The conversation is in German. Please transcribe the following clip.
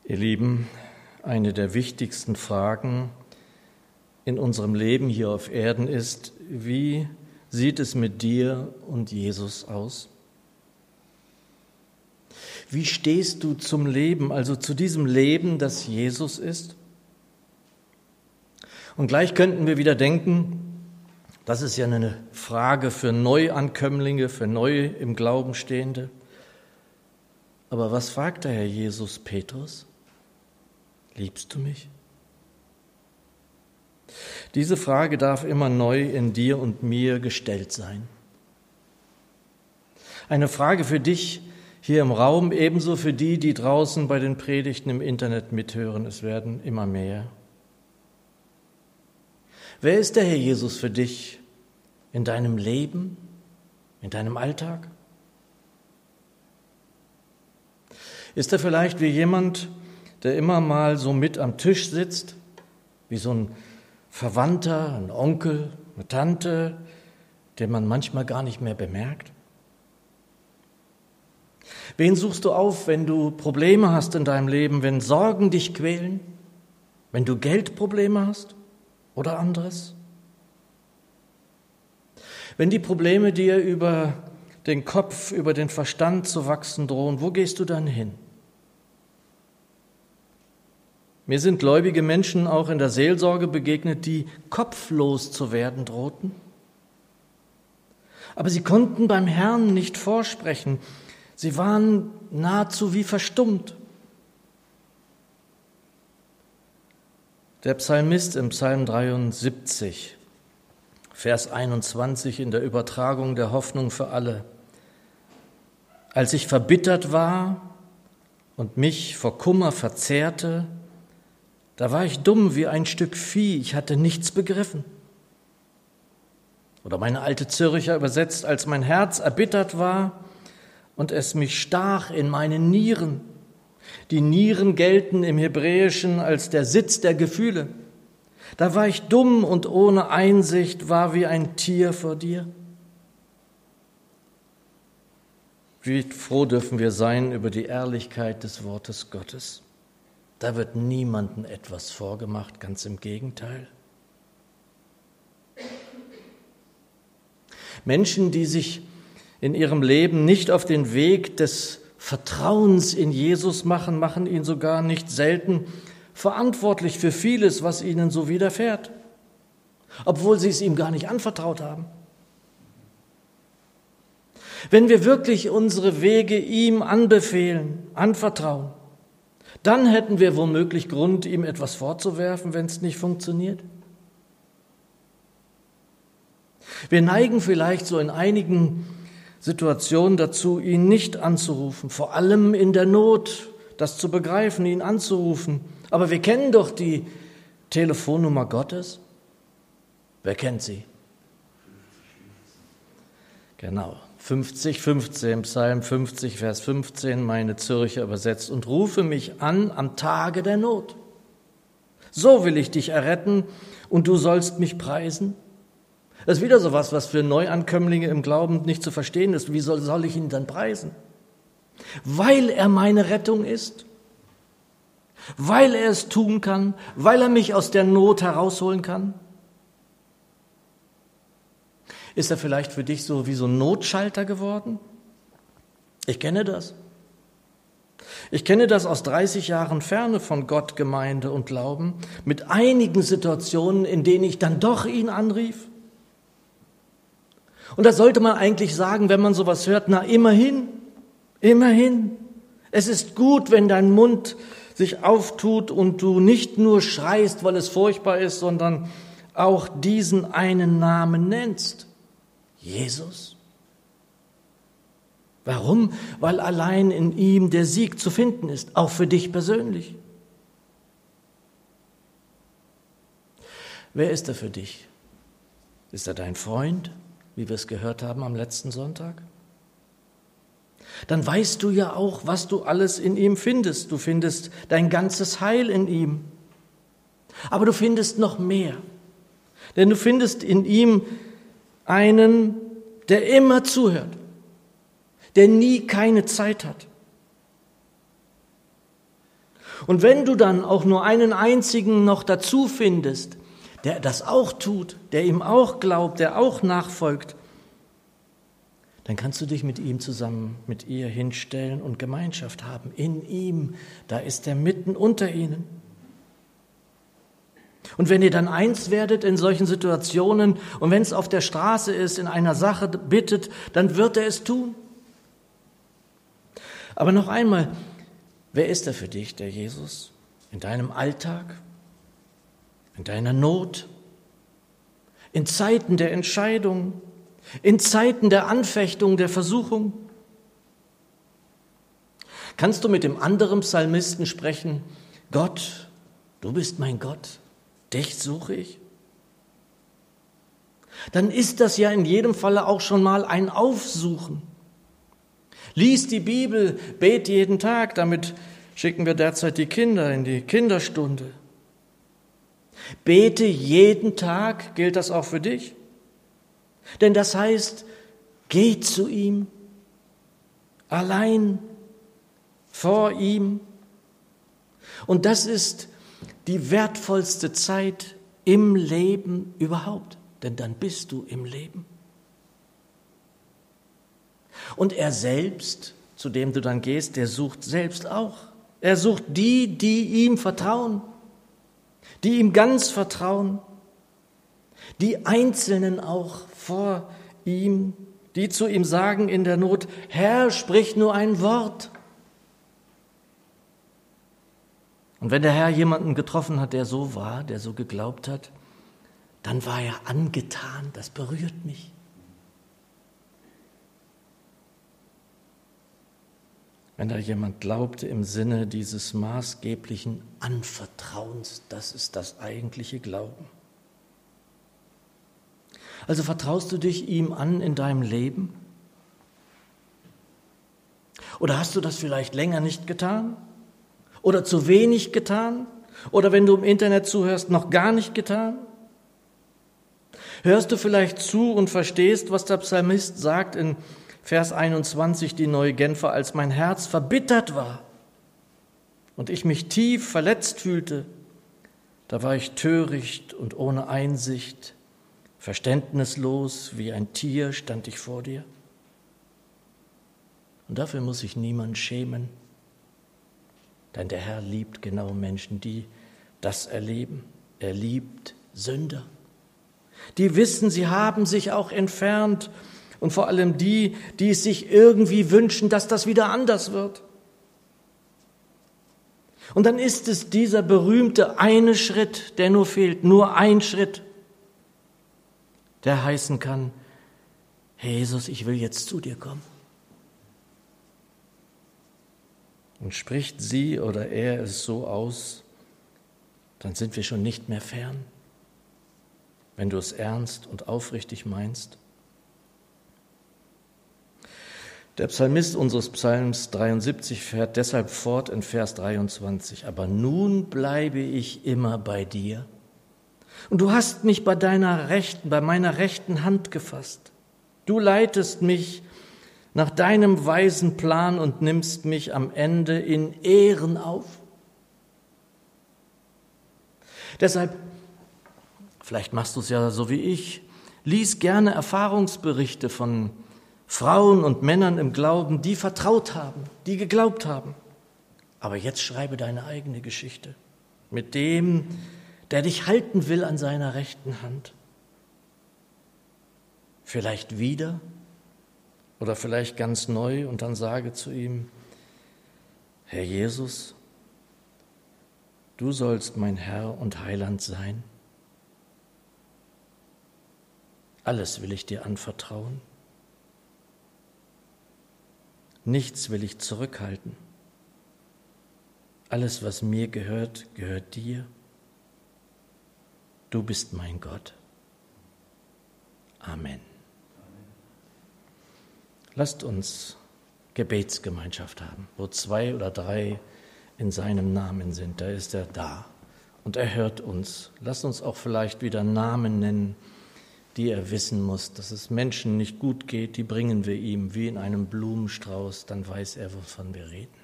Ihr Lieben, eine der wichtigsten Fragen in unserem Leben hier auf Erden ist, wie sieht es mit dir und Jesus aus? Wie stehst du zum Leben, also zu diesem Leben, das Jesus ist? Und gleich könnten wir wieder denken, das ist ja eine Frage für Neuankömmlinge, für neu im Glauben Stehende. Aber was fragt der Herr Jesus Petrus? Liebst du mich? Diese Frage darf immer neu in dir und mir gestellt sein. Eine Frage für dich hier im Raum, ebenso für die, die draußen bei den Predigten im Internet mithören. Es werden immer mehr. Wer ist der Herr Jesus für dich in deinem Leben, in deinem Alltag? Ist er vielleicht wie jemand, der immer mal so mit am Tisch sitzt, wie so ein Verwandter, ein Onkel, eine Tante, den man manchmal gar nicht mehr bemerkt? Wen suchst du auf, wenn du Probleme hast in deinem Leben, wenn Sorgen dich quälen, wenn du Geldprobleme hast oder anderes? Wenn die Probleme dir über den Kopf, über den Verstand zu wachsen drohen, wo gehst du dann hin? Mir sind gläubige Menschen auch in der Seelsorge begegnet, die kopflos zu werden drohten. Aber sie konnten beim Herrn nicht vorsprechen. Sie waren nahezu wie verstummt. Der Psalmist im Psalm 73, Vers 21 in der Übertragung der Hoffnung für alle. Als ich verbittert war und mich vor Kummer verzehrte, da war ich dumm wie ein Stück Vieh, ich hatte nichts begriffen. Oder meine alte Zürcher übersetzt, als mein Herz erbittert war und es mich stach in meine Nieren. Die Nieren gelten im Hebräischen als der Sitz der Gefühle. Da war ich dumm und ohne Einsicht, war wie ein Tier vor dir. Wie froh dürfen wir sein über die Ehrlichkeit des Wortes Gottes. Da wird niemandem etwas vorgemacht, ganz im Gegenteil. Menschen, die sich in ihrem Leben nicht auf den Weg des Vertrauens in Jesus machen, machen ihn sogar nicht selten verantwortlich für vieles, was ihnen so widerfährt, obwohl sie es ihm gar nicht anvertraut haben. Wenn wir wirklich unsere Wege ihm anbefehlen, anvertrauen, dann hätten wir womöglich Grund, ihm etwas vorzuwerfen, wenn es nicht funktioniert. Wir neigen vielleicht so in einigen Situationen dazu, ihn nicht anzurufen, vor allem in der Not, das zu begreifen, ihn anzurufen. Aber wir kennen doch die Telefonnummer Gottes. Wer kennt sie? Genau. 50,15, Psalm 50, Vers 15, meine Zürcher übersetzt, und rufe mich an am Tage der Not. So will ich dich erretten und du sollst mich preisen. Das ist wieder so was für Neuankömmlinge im Glauben nicht zu verstehen ist. Wie soll ich ihn dann preisen? Weil er meine Rettung ist, weil er es tun kann, weil er mich aus der Not herausholen kann. Ist er vielleicht für dich so wie so ein Notschalter geworden? Ich kenne das. Ich kenne das aus 30 Jahren Ferne von Gott, Gemeinde und Glauben, mit einigen Situationen, in denen ich dann doch ihn anrief. Und da sollte man eigentlich sagen, wenn man sowas hört, na immerhin, immerhin. Es ist gut, wenn dein Mund sich auftut und du nicht nur schreist, weil es furchtbar ist, sondern auch diesen einen Namen nennst. Jesus. Warum? Weil allein in ihm der Sieg zu finden ist, auch für dich persönlich. Wer ist er für dich? Ist er dein Freund, wie wir es gehört haben am letzten Sonntag? Dann weißt du ja auch, was du alles in ihm findest. Du findest dein ganzes Heil in ihm. Aber du findest noch mehr. Denn du findest in ihm einen, der immer zuhört, der nie keine Zeit hat. Und wenn du dann auch nur einen einzigen noch dazu findest, der das auch tut, der ihm auch glaubt, der auch nachfolgt, dann kannst du dich mit ihm zusammen, mit ihr hinstellen und Gemeinschaft haben. In ihm, da ist er mitten unter ihnen. Und wenn ihr dann eins werdet in solchen Situationen und wenn es auf der Straße ist, in einer Sache bittet, dann wird er es tun. Aber noch einmal, wer ist er für dich, der Jesus? In deinem Alltag, in deiner Not, in Zeiten der Entscheidung, in Zeiten der Anfechtung, der Versuchung? Kannst du mit dem anderen Psalmisten sprechen, Gott, du bist mein Gott, dich suche ich? Dann ist das ja in jedem Falle auch schon mal ein Aufsuchen. Lies die Bibel, bete jeden Tag, damit schicken wir derzeit die Kinder in die Kinderstunde. Bete jeden Tag, gilt das auch für dich? Denn das heißt, geh zu ihm, allein vor ihm. Und das ist die wertvollste Zeit im Leben überhaupt, denn dann bist du im Leben. Und er selbst, zu dem du dann gehst, der sucht selbst auch. Er sucht die, die ihm vertrauen, die ihm ganz vertrauen, die Einzelnen auch vor ihm, die zu ihm sagen in der Not, Herr, sprich nur ein Wort. Und wenn der Herr jemanden getroffen hat, der so war, der so geglaubt hat, dann war er angetan, das berührt mich. Wenn da jemand glaubte im Sinne dieses maßgeblichen Anvertrauens, das ist das eigentliche Glauben. Also vertraust du dich ihm an in deinem Leben? Oder hast du das vielleicht länger nicht getan? Oder zu wenig getan? Oder wenn du im Internet zuhörst, noch gar nicht getan? Hörst du vielleicht zu und verstehst, was der Psalmist sagt in Vers 21, die Neue Genfer, als mein Herz verbittert war und ich mich tief verletzt fühlte, da war ich töricht und ohne Einsicht, verständnislos wie ein Tier stand ich vor dir. Und dafür muss sich niemand schämen, denn der Herr liebt genau Menschen, die das erleben. Er liebt Sünder, die wissen, sie haben sich auch entfernt. Und vor allem die, die es sich irgendwie wünschen, dass das wieder anders wird. Und dann ist es dieser berühmte eine Schritt, der nur fehlt, nur ein Schritt, der heißen kann, Herr Jesus, ich will jetzt zu dir kommen. Und spricht sie oder er es so aus, dann sind wir schon nicht mehr fern, wenn du es ernst und aufrichtig meinst. Der Psalmist unseres Psalms 73 fährt deshalb fort in Vers 23. Aber nun bleibe ich immer bei dir. Und du hast mich bei meiner rechten Hand gefasst. Du leitest mich nach deinem weisen Plan und nimmst mich am Ende in Ehren auf. Deshalb, vielleicht machst du es ja so wie ich, lies gerne Erfahrungsberichte von Frauen und Männern im Glauben, die vertraut haben, die geglaubt haben. Aber jetzt schreibe deine eigene Geschichte mit dem, der dich halten will an seiner rechten Hand. Vielleicht wieder oder vielleicht ganz neu und dann sage zu ihm, Herr Jesus, du sollst mein Herr und Heiland sein. Alles will ich dir anvertrauen. Nichts will ich zurückhalten. Alles, was mir gehört, gehört dir. Du bist mein Gott. Amen. Lasst uns Gebetsgemeinschaft haben, wo 2 oder 3 in seinem Namen sind. Da ist er da und er hört uns. Lasst uns auch vielleicht wieder Namen nennen, die er wissen muss, dass es Menschen nicht gut geht, die bringen wir ihm wie in einem Blumenstrauß, dann weiß er, wovon wir reden.